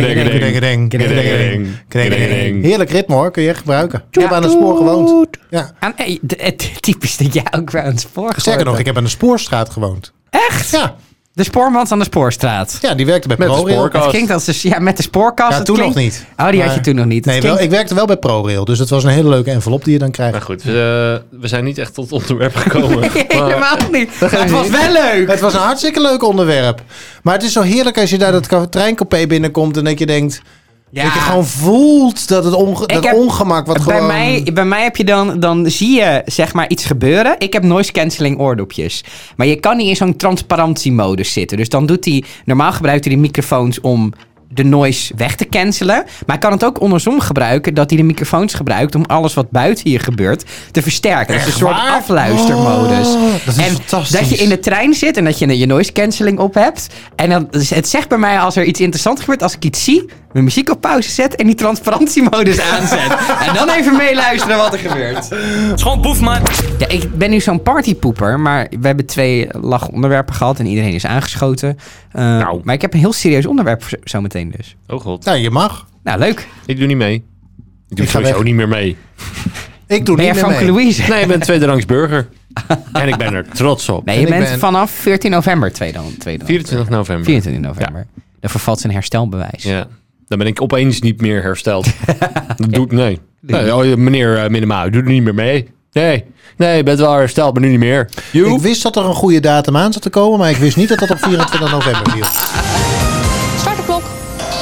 gedeng, gedeng, gedeng. Heerlijk ritme hoor, kun je echt gebruiken. Ik heb aan het spoor gewoond. Ja. Aan, hey, d- het typisch dat jij ook wel aan het spoor Sterker nog, gewoond ik heb aan de Spoorstraat gewoond. Echt? Ja, De spoormans aan de Spoorstraat. ja die werkte bij Met de ProRail. spoorkast. Het klinkt als de, ja, met de spoorkast. Ja, Het toen klinkt- nog niet. Oh, die had Maar- je toen nog niet. Het Nee, wel, klinkt- ik werkte wel bij ProRail. Dus het was een hele leuke envelop die je dan krijgt. Maar goed, we, uh, we zijn niet echt tot onderwerp gekomen. maar, Helemaal niet. Maar het was wel leuk. Het was een hartstikke leuk onderwerp. Maar het is zo heerlijk als je daar dat treincoupé binnenkomt en dat je denkt... Ja. Dat je gewoon voelt dat het onge- dat heb- ongemak wat Bij, gewoon... mij, bij mij heb je dan, dan zie je zeg maar iets gebeuren. Ik heb noise cancelling oordopjes. Maar je kan niet in zo'n transparantiemodus zitten. Dus dan doet hij, normaal gebruikt hij die microfoons om de noise weg te cancelen. Maar hij kan het ook andersom gebruiken, dat hij de microfoons gebruikt om alles wat buiten hier gebeurt te versterken. Dat is een soort waar? afluistermodus. Oh, dat is en fantastisch. dat je in de trein zit en dat je je noise cancelling op hebt. En dan, het zegt bij mij als er iets interessants gebeurt, als ik iets zie, mijn muziek op pauze zet en die transparantiemodus aanzet. En dan even meeluisteren wat er gebeurt. Schoon poef, man. Ja, ik ben nu zo'n partypoeper, maar we hebben twee lagonderwerpen gehad en iedereen is aangeschoten. Uh, Nou. Maar ik heb een heel serieus onderwerp voor zo- zometeen dus. Oh god. Nou, je mag. Nou, leuk. Ik doe niet mee. Ik doe Ik ga sowieso weg. niet meer mee. Ik doe Ben jij niet meer Frank mee. Louise? Nee, ik ben tweederangs burger. En ik ben er trots op. Nee, En je ik bent ben- vanaf veertien november tweede. tweede vierentwintig november. vierentwintig november. Dan vervalt zijn herstelbewijs. Ja. Dan ben ik opeens niet meer hersteld. Dat doet nee. nee oh, meneer uh, Minima, doe er niet meer mee. Nee. Nee, je bent wel hersteld, maar nu niet meer. Joep. Ik wist dat er een goede datum aan zat te komen, maar ik wist niet dat dat op vierentwintig november viel. Start de klok.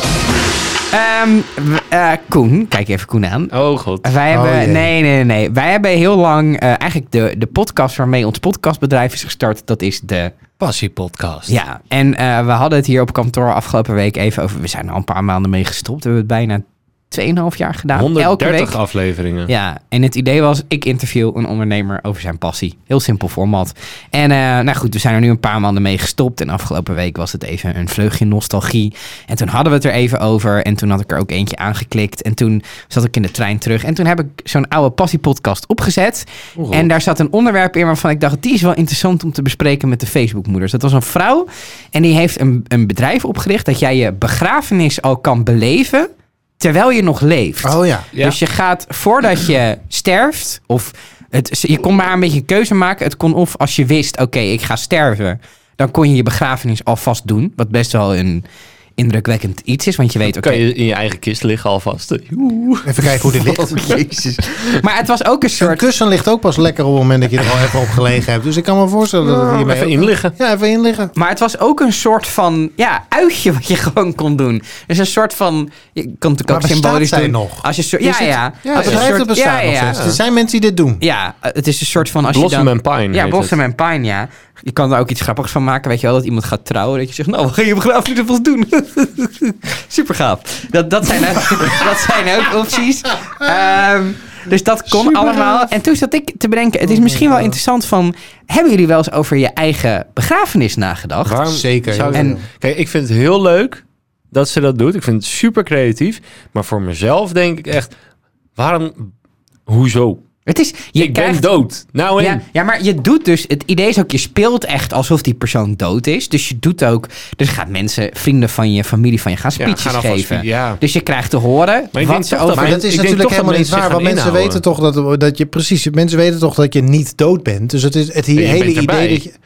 Ehm, w- eh, Koen, kijk even Koen aan. Oh god. Wij hebben, Oh, jee. nee, nee, nee. Wij hebben heel lang, uh, eigenlijk de, de podcast waarmee ons podcastbedrijf is gestart, dat is de... Passie podcast. Ja, en uh, we hadden het hier op kantoor afgelopen week even over, we zijn er al een paar maanden mee gestopt. We hebben het bijna tweeënhalf jaar gedaan. Elke honderddertig week. afleveringen. Ja, en het idee was, ik interview een ondernemer over zijn passie. Heel simpel format. En uh, nou goed, we zijn er nu een paar maanden mee gestopt. En afgelopen week was het even een vleugje nostalgie. En toen hadden we het er even over. En toen had ik er ook eentje aangeklikt. En toen zat ik in de trein terug. En toen heb ik zo'n oude passiepodcast opgezet. Oh, En daar zat een onderwerp in waarvan ik dacht, die is wel interessant om te bespreken met de Facebookmoeders. Dat was een vrouw en die heeft een, een bedrijf opgericht dat jij je begrafenis al kan beleven terwijl je nog leeft. Oh ja. Ja. Dus je gaat, voordat je sterft, of het, je kon maar een beetje een keuze maken. Het kon of als je wist, oké, okay, ik ga sterven, dan kon je je begrafenis alvast doen. Wat best wel een indrukwekkend iets is, want je weet, oké. Kan je in je eigen kist liggen alvast. Joe. Even kijken hoe dit ligt. Oh, jezus. Maar het was ook een Een soort... kussen ligt ook pas lekker op het moment dat je er al even op gelegen hebt. Dus ik kan me voorstellen dat het hiermee... Even ook- inliggen. Ja, even inliggen. Maar het was ook een soort van, ja, uitje wat je gewoon kon doen. Dus een soort van, je kan natuurlijk Maar ook bestaat symbolisch zij doen. nog? Als je soort, Is ja, het- ja. Ja, Als het een bedrijf soort- dat bestaat ja, nog ja. steeds. Er zijn mensen die dit doen. Ja, het is een soort van, als Blossom je dan... and Pine Ja, heet Blossom het. and Pine, ja. Je kan er ook iets grappigs van maken, weet je wel, dat iemand gaat trouwen. Dat je zegt, nou, we gaan je begrafenis even doen. Super gaaf. Dat, dat, zijn, ook, dat zijn ook opties. Ehm, dus dat kon Super allemaal. gaaf. En toen zat ik te bedenken, het is misschien wel interessant van, hebben jullie wel eens over je eigen begrafenis nagedacht? Waarom Zeker, zou ja. je- En- Kijk, ik vind het heel leuk dat ze dat doet. Ik vind het super creatief. Maar voor mezelf denk ik echt, waarom, hoezo? Het is, je ik krijgt, ben dood. Nou en? Ja, ja, maar je doet dus... Het idee is ook, je speelt echt alsof die persoon dood is. Dus je doet ook... Dus gaat mensen, vrienden van je, familie van je gaan Ja, speeches gaan alvast geven. spe- ja. Dus je krijgt te horen ik denk wat ze toch over... dat Maar Men- dat is ik denk natuurlijk toch dat helemaal niet mensen waar. zich Want gaan mensen inhouden. weten toch dat, dat je precies... Mensen weten toch dat je niet dood bent. Dus het is het je hele bent erbij. idee dat je...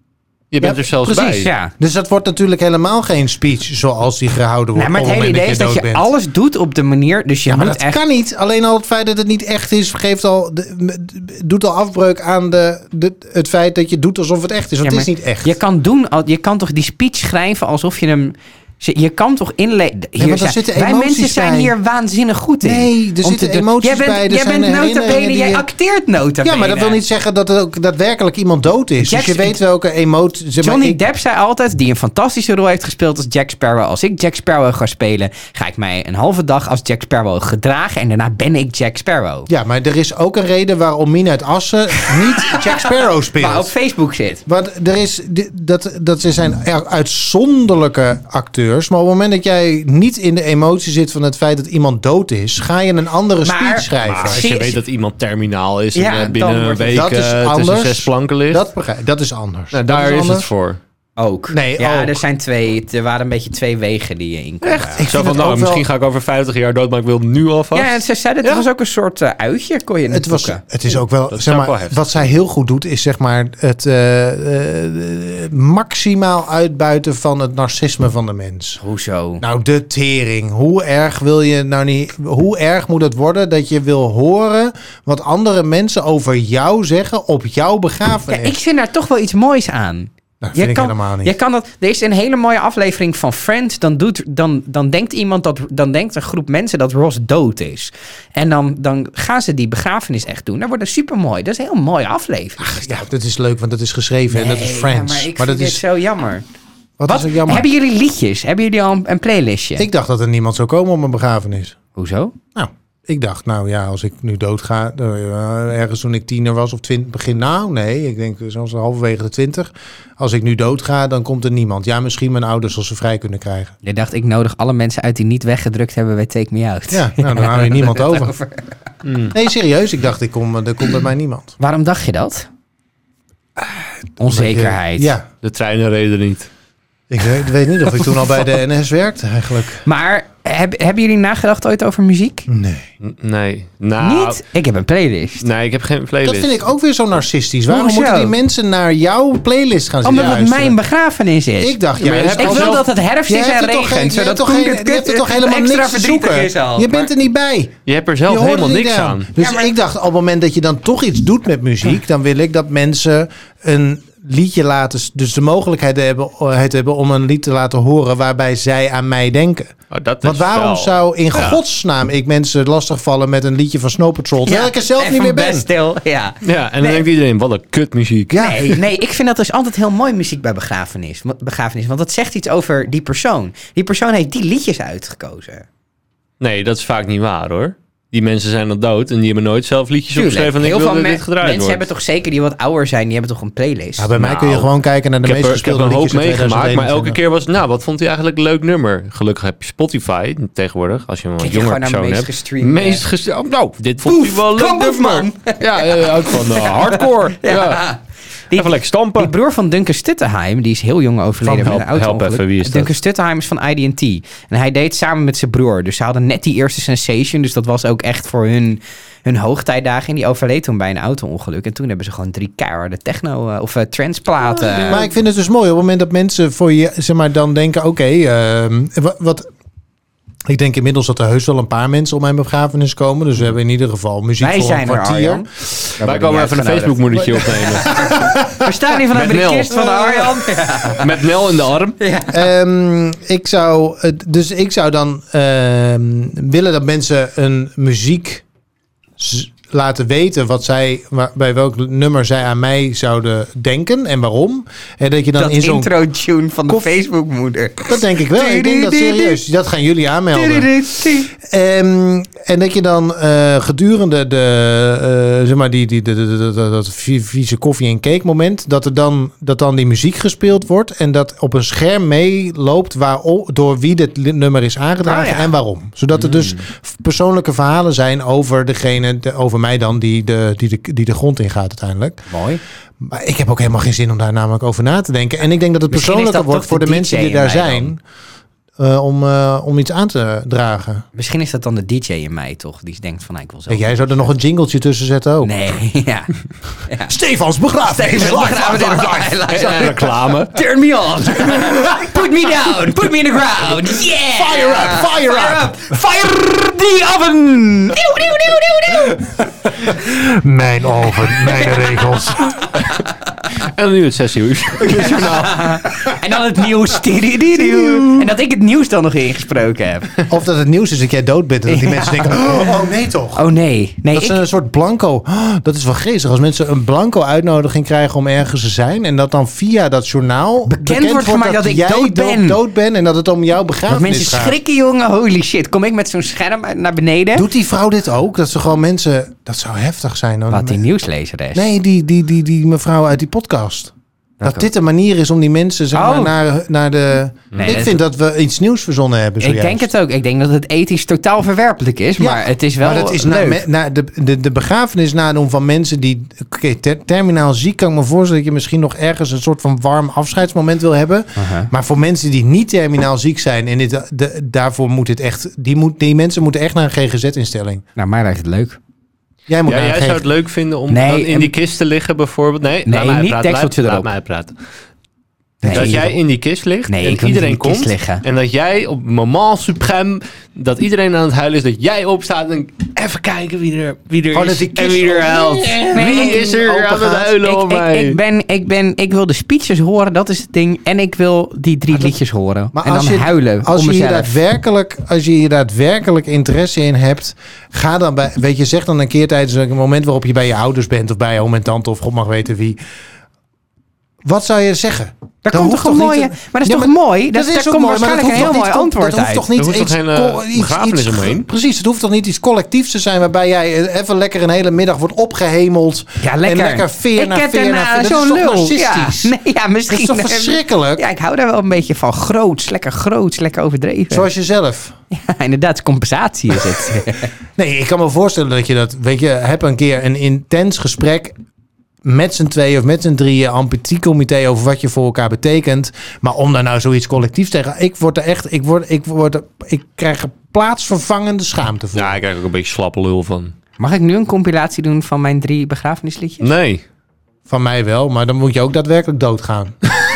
Je bent Ja, er zelfs precies, bij. Ja. Dus dat wordt natuurlijk helemaal geen speech zoals die gehouden wordt. Nee, maar het op hele moment idee is dat je dood bent. alles doet op de manier... Dus je Ja, maar moet dat echt... kan niet. Alleen al het feit dat het niet echt is, geeft al de, doet al afbreuk aan de, de, het feit dat je doet alsof het echt is. Want Ja, het is maar niet echt. Je kan doen... al- Je kan toch die speech schrijven alsof je hem... Je kan toch inleven... maar daar zitten wij emoties mensen zijn bij. hier waanzinnig goed in. Nee, er Om zitten te doen- emoties jij bent, bij, er Jij zijn bent herinneringen notabene, die jij je- acteert notabene. Ja, maar dat wil niet zeggen dat er ook daadwerkelijk iemand dood is. Jack- dus je weet welke emotie... zeg maar, Johnny ik- Depp zei altijd, die een fantastische rol heeft gespeeld als Jack Sparrow. Als ik Jack Sparrow ga spelen, ga ik mij een halve dag als Jack Sparrow gedragen en daarna ben ik Jack Sparrow. Ja, maar er is ook een reden waarom Mina uit Assen niet Jack Sparrow speelt. Maar op Facebook zit. Want er is, di- dat, dat ze zijn er uitzonderlijke acteurs. Maar op het moment dat jij niet in de emotie zit van het feit dat iemand dood is, ga je een andere Maar- speech schrijven. Maar als Zie- je weet dat iemand terminaal is Ja, en eh, dan binnen een wordt het- week dat is eh, tussen anders. zes planken ligt. Dat, begrijp, dat is anders. nou, Dat daar is, anders. het voor. Ook. Nee, ja, ook. er zijn twee, er waren een beetje twee wegen die je in kon. Echt? gaan. Ik Zo vind van, het nou, ook misschien wel- ga ik over vijftig jaar dood, maar ik wil nu alvast. Ja, en ze zeiden, het Ja. was ook een soort eh, uitje, kon je Het, was, boeken. het is ook wel, Dat is zeg ook maar, wel heftig. wat zij heel goed doet, is zeg maar het eh, eh, maximaal uitbuiten van het narcisme van de mens. Hoezo? Nou, de tering. Hoe erg wil je nou niet? Hoe erg moet het worden dat je wil horen wat andere mensen over jou zeggen op jouw Ja, begrafenis? ik vind daar toch wel iets moois aan. Dat vind Je ik kan, helemaal niet. je kan dat, er is een hele mooie aflevering van Friends. Dan, doet, dan, dan denkt iemand dat, dan denkt een groep mensen dat Ross dood is. En dan, dan gaan ze die begrafenis echt doen. Dat wordt super mooi. Dat is een heel mooie aflevering. Ach, ja, dat is leuk, want dat is geschreven en dat is Nee, Friends. ja, maar ik maar vind dat dit is zo jammer. wat, Wat? is er jammer. Hebben jullie liedjes? Hebben jullie al een, een playlistje? Ik dacht dat er niemand zou komen op mijn begrafenis. Hoezo? Nou, ik dacht, nou ja, als ik nu doodga, uh, ergens toen ik tiener was of twintig, begin, nou nee, ik denk zelfs halverwege de twintig. Als ik nu doodga, dan komt er niemand. Ja, misschien mijn ouders als ze vrij kunnen krijgen. Je dacht, ik nodig alle mensen uit die niet weggedrukt hebben bij Take Me Out. Ja, nou, dan hou je niemand Daar hebben we over. het over. Mm. Nee, serieus, ik dacht, ik kom, er komt bij mij niemand. Waarom dacht je dat? Onzekerheid. Ja, De treinen reden niet. ik weet, weet niet of ik toen al bij de N S werkte eigenlijk. Maar heb, hebben jullie nagedacht ooit over muziek? Nee. N- Nee. Nou, Niet? Ik heb een playlist. Nee, ik heb geen playlist. Dat vind ik ook weer zo narcistisch. Waarom Hoezo? moeten die mensen naar jouw playlist gaan zitten Omdat het luisteren? mijn begrafenis is. Ik dacht Ja, maar je juist... hebt Ik als- wil zelf- dat het herfst Je is hebt en er toch geen- regent. je hebt Zodat toch Koen geen- het je hebt er kut- toch helemaal extra niks te verdrietig zoeken? is al. Je bent er niet bij. Je hebt er zelf Je hoort helemaal er niet niks aan. Dus Ja, maar- ik dacht, op het moment dat je dan toch iets doet met muziek, dan wil ik dat mensen een liedje laten, dus de mogelijkheid hebben, het hebben om een lied te laten horen waarbij zij aan mij denken. Oh, dat Want is waarom wel- zou in Ja. godsnaam ik mensen lastigvallen met een liedje van Snow Patrol, terwijl ik er zelf en niet van meer ben? Best Stil, ja. Ja, en dan Nee. denkt iedereen, wat een kutmuziek. Ja. Nee, nee, ik vind dat dus altijd heel mooi muziek bij begrafenis, begrafenis. Want dat zegt iets over die persoon. Die persoon heeft die liedjes uitgekozen. Nee, dat is vaak niet waar hoor. Die mensen zijn al dood en die hebben nooit zelf liedjes Tuurlijk. opgeschreven en ik Heel wil veel dat me- dit gedraaid mensen wordt. hebben toch zeker die wat ouder zijn, die hebben toch een playlist. Ja, bij mij Nou, kun je gewoon kijken naar de Ik heb, meest er, ik heb gespeelde een hoop liedjes uit meegemaakt, maar elke tweeduizend eenentwintig. keer was, nou, wat vond hij eigenlijk een leuk nummer? Gelukkig heb je Spotify tegenwoordig, als je een wat Kijk je jonger gewoon naar persoon meest hebt. gestreamde- Meest gestreamd. Oh, nou, dit vond Poef, hij wel een leuk kom op, nummer. man. Ja, ja, ook van uh, hardcore. ja. Die, Even lekker stampen. die broer van Duncan Stutterheim, die is heel jong overleden Van- met een help- help auto-ongeluk. even, wie is dat? Duncan Stutterheim is van I D en T. En hij deed samen met zijn broer. Dus ze hadden net die eerste sensation. Dus dat was ook echt voor hun, hun hoogtijdagen. En die overleed toen bij een auto-ongeluk. En toen hebben ze gewoon drie keiharde techno- uh, of uh, trance-platen. Maar ik vind het dus mooi op het moment dat mensen voor je, zeg maar, dan denken, oké, ehm, wat, wat... Ik denk inmiddels dat er heus wel een paar mensen op mijn begrafenis komen. Dus we hebben in ieder geval muziek Wij voor zijn een er, kwartier. Arjan. Wij komen even een Facebook-moedertje opnemen. We staan hier vanuit Met de Nel. kist van Arjan. Met Nel in de arm. Ehm, ik zou, het- dus ik zou dan ehm, willen dat mensen een muziek z- laten weten wat zij, waar- bij welk nummer zij aan mij zouden denken en waarom. En dat je dan Dat in zo'n... intro-tune van de Koff- Facebook-moeder. Dat denk ik wel. Ik denk dat serieus. Dat gaan jullie aanmelden. Ehm, en dat je dan eh, gedurende de, eh, zeg maar die, die, de, de, de- de- dat vie- vieze koffie- en cake moment, dat er dan, dat dan die muziek gespeeld wordt en dat op een scherm meeloopt waarom, door wie dit li- nummer is aangedragen Ah, ja. en waarom. Zodat er dus f- persoonlijke verhalen zijn over degene, de, over mij dan, die de, die, de, die de grond ingaat uiteindelijk. Mooi. Maar ik heb ook helemaal geen zin om daar namelijk over na te denken. En ik denk dat het Misschien is persoonlijker dat wordt toch voor de de mensen D J die in daar mij zijn. Uh, om, uh, om iets aan te dragen. Misschien is dat dan de D J in mij toch? Die denkt van, nou, ik wil zo. Kijk, jij zou er nog een jingletje tussen zetten ook. Nee, ja. ja. Stefans begrafenis. Stefans begrafenis. Live, live, En reclame. Turn me on. Put me down. Put me in the ground. Yeah. Fire up, fire up. Fire the oven. Nieuw, nieuw, nieuw, nieuw, nieuw. Mijn oven, mijn regels. En dan nu het zes uur. En dan het nieuws. Tidididiu. En dat ik het nieuws dan nog ingesproken heb. Of dat het nieuws is dat jij dood bent en dat die mensen denken, oh, oh nee toch. Oh nee. Nee, Dat ik, is een soort blanco. Oh, dat is wel geestig. Als mensen een blanco uitnodiging krijgen om ergens te zijn. En dat dan via dat journaal bekend, wordt gemaakt dat ik jij dood ben. dood bent. En dat het om jouw dat begrafenis mensen gaat. schrikken, jongen. Holy shit. Kom ik met zo'n scherm uit- naar beneden? Doet die vrouw dit ook? Dat ze gewoon mensen... Dat zou heftig zijn. Dan. Wat, die nieuwslezeres? Nee, die, die, die, die mevrouw uit die podcast. Welke? Dat dit een manier is om die mensen zeg maar, Oh. naar, naar de... Nee, ik dat- vind dat we iets nieuws verzonnen hebben Ik zojuist. denk het ook. Ik denk dat het ethisch totaal verwerpelijk is. Ja, Maar het is wel Maar dat is na, leuk. me- na de, de, de begrafenis nadoen van mensen die... Oké, ter- terminaal ziek kan ik me voorstellen dat je misschien nog ergens een soort van warm afscheidsmoment wil hebben. Aha. Maar voor mensen die niet terminaal ziek zijn en dit, de, daarvoor moet het echt... Die, moet, die mensen moeten echt naar een G G Z-instelling. Nou, mij lijkt het leuk. Jij moet Ja, naar jij een zou G G Z. het leuk vinden om Nee, dan in en- die kist te liggen bijvoorbeeld. Nee, Nee, laat mij niet praten. dekseltje laat, erop. Laat mij praten. Nee, dat jij in die kist ligt Nee, en ik wil niet iedereen in die kist komt. liggen. En dat jij op het moment suprême, dat iedereen aan het huilen is, dat jij opstaat en even kijken wie er, wie er Gewoon is dat die en wie er huilt. Nee, Wie ik- is er open aan het gaat. huilen om Ik, mij? ik, ik, ben, ik, ben, ik wil de speeches horen, dat is het ding. En ik wil die drie liedjes horen. Maar en als dan je, huilen als om je, hier mezelf. daadwerkelijk, als je hier daadwerkelijk interesse in hebt, ga dan bij, weet je, zeg dan een keer tijdens een moment waarop je bij je ouders bent of bij je oom en tante of god mag weten wie. Wat zou je zeggen? Daar Dat komt hoeft toch een niet mooie... te- Maar dat is Ja, toch maar- mooi? Dat, daar is ook komt mooi, maar dat waarschijnlijk een hoeft heel toch mooi niet- antwoord dat hoeft uit. toch niet Er hoeft iets, toch geen, co- eh, iets, begrafenis iets- omheen? Precies, het hoeft toch niet iets collectiefs te zijn waarbij jij even lekker een hele middag wordt opgehemeld. Ja, lekker. En lekker veer ik naar heb veer daarna naar veer. Dat zo'n is toch lul. narcistisch? Ja, nee, ja, misschien. Dat is toch verschrikkelijk? Ja, ik hou daar wel een beetje van. Groots, lekker groots, lekker overdreven. Zoals jezelf. Ja, inderdaad, compensatie is het. Nee, ik kan me voorstellen dat je dat, weet je, heb een keer een intens gesprek met z'n tweeën of met z'n drieën, empathiecomité over wat je voor elkaar betekent. Maar om daar nou zoiets collectiefs tegen, ik word er echt, ik word, ik word, er- ik krijg er plaatsvervangende schaamte voor. Ja, ik krijg ook een beetje slappe lul van. Mag ik nu een compilatie doen van mijn drie begrafenisliedjes? Nee. Van mij wel, maar dan moet je ook daadwerkelijk doodgaan.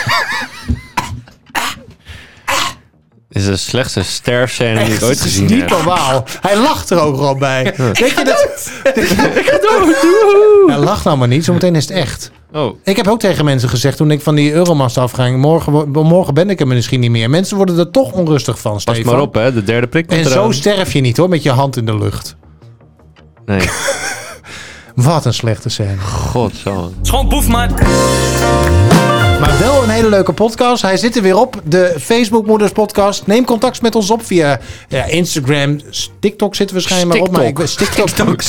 Dit is de slechtste sterfscène die ik ooit Het is gezien niet heb. normaal. Hij lacht er ook gewoon bij. Weet je dat? Hij lacht nou maar niet, zometeen is het echt. Oh, Ik heb ook tegen mensen gezegd toen ik van die Euromast afging, morgen, wo- morgen ben ik er misschien niet meer. Mensen worden er toch onrustig van, pas Stefan. maar op hè, de derde prik komt En zo eraan. sterf je niet hoor, met je hand in de lucht. Nee, Wat een slechte scène. god zo. Schoon boef, man. Maar wel een hele leuke podcast. Hij zit er weer op, de Facebook Moeders podcast. Neem contact met ons op via ja, Instagram. TikTok zit er waarschijnlijk maar op. Maar ik, TikTok.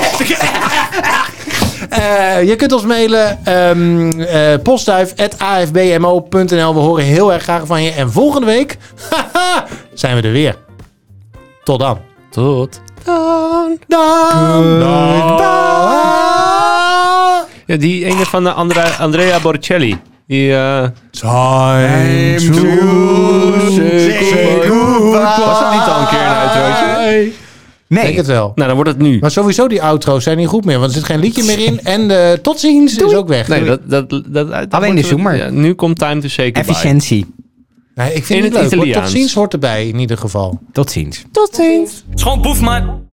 Eh, je kunt ons mailen. Um, uh, postduif at a f b m o punt n l. We horen heel erg graag van je. En volgende week haha, zijn we er weer. Tot dan. Tot. Dan. Dan. Ja, die ene van de Andrea, Andrea Boricelli. Die, eh Time to say goodbye. Was dat niet al een keer een outrootje? Ik Nee. denk het wel. Nou, dan wordt het nu. Maar sowieso die outro's zijn niet goed meer. Want er zit geen liedje meer in. En de tot ziens is ook weg. Nee, dat, dat, dat, dat, dat Alleen wordt- de zoemer. Ja, nu komt Time to Say Goodbye. Efficiëntie. Nee, ik In vind het het leuk. hoor. Tot Italiaans. ziens hoort erbij in ieder geval. Tot ziens. Tot ziens. Schoon boef, man.